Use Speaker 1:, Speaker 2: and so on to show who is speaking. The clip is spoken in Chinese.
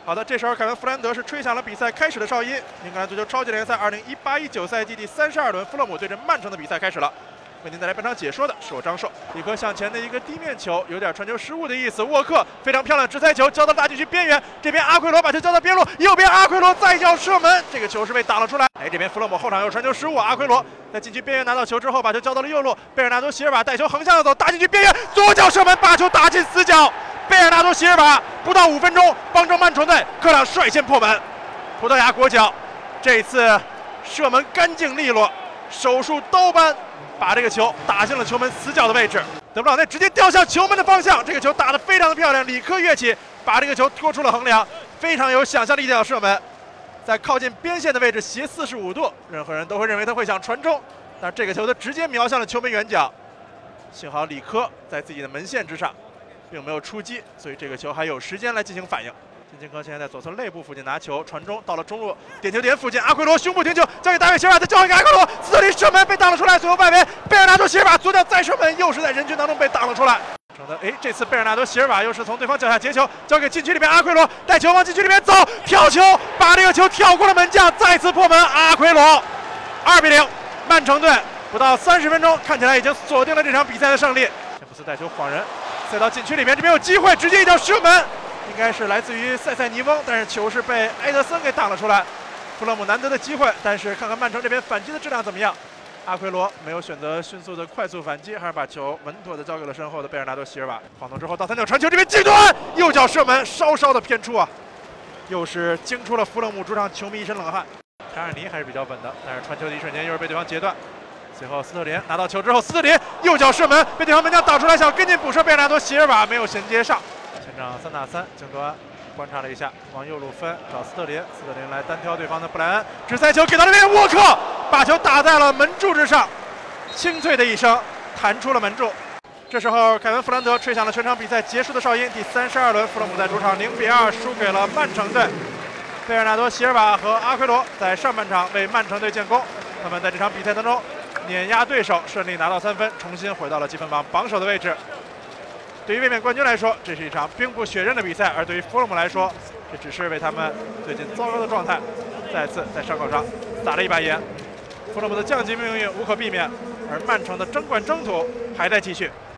Speaker 1: 好的，这时候凯文·弗兰德是吹响了比赛开始的哨音。英格兰足球超级联赛2018-19赛季第32轮，弗洛姆对阵曼城的比赛开始了。为您带来本场解说的是我张硕。里克向前的一个地面球，有点传球失误的意思。沃克非常漂亮，直塞球交到大禁区边缘，这边阿奎罗把球交到边路，右边阿奎罗再叫射门，这个球是被挡了出来。这边弗洛姆后场有传球失误，阿奎罗在禁区边缘拿到球之后，把球交到了右路，贝尔纳多·席尔瓦带球横向走，大禁区边缘左脚射门，把球打进死角。贝尔纳多·席尔瓦不到5分钟，帮助曼城队客场率先破门。葡萄牙国脚这次射门干净利落，手术刀般把这个球打进了球门死角的位置。德布劳内直接掉向球门的方向，这个球打得非常的漂亮，里克跃起把这个球拖出了横梁，非常有想象力的射门，在靠近边线的位置斜45度，任何人都会认为他会想传中，但是这个球他直接瞄向了球门远角，幸好里克在自己的门线之上，并没有出击，所以这个球还有时间来进行反应。金琴科现在在左侧肋部附近拿球传中，到了中路点球点附近，阿奎罗胸部停球，交给大卫席尔瓦，再交还给阿奎罗，斯特林射门被挡了出来，随后外围贝尔纳多·席尔瓦左脚再射门，又是在人群当中被挡了出来。这次贝尔纳多·席尔瓦又是从对方脚下截球，交给禁区里面阿奎罗，带球往禁区里面走，跳球把这个球跳过了门将，再次破门。阿奎罗2-0，曼城队不到30分钟，看起来已经锁定了这场比赛的胜利。詹姆斯带球晃人，塞到禁区里面，这边有机会，直接一脚射门，应该是来自于塞塞尼翁，但是球是被埃德森给挡了出来。弗洛姆难得的机会，但是看看曼城这边反击的质量怎么样。阿奎罗没有选择迅速的快速反击，还是把球稳妥的交给了身后的贝尔纳多·席尔瓦。晃动之后倒三角传球，这边近端右脚射门，稍稍的偏出啊，又是惊出了弗洛姆主场球迷一身冷汗。卡尔尼还是比较稳的，但是传球的一瞬间又是被对方截断。随后斯特林拿到球之后，斯特林右脚射门被对方门将挡出来，想跟进补射，贝尔纳多·席尔瓦没有衔接上。前场3打3，京多安观察了一下，往右路分找斯特林，斯特林来单挑对方的布莱恩，直塞球给到了那个沃克，把球打在了门柱之上，清脆的一声弹出了门柱。这时候凯文·弗兰德吹响了全场比赛结束的哨音，第32轮，弗洛姆在主场0-2输给了曼城队。贝尔纳多·席尔瓦和阿奎罗在上半场为曼城队建功，他们在这场比赛当中碾压对手，顺利拿到3分，重新回到了积分榜榜首的位置。对于卫冕冠军来说，这是一场兵不血刃的比赛；而对于弗洛姆来说，这只是为他们最近糟糕的状态再次在伤口上撒了一把盐。弗洛姆的降级命运无可避免，而曼城的争冠征途还在继续。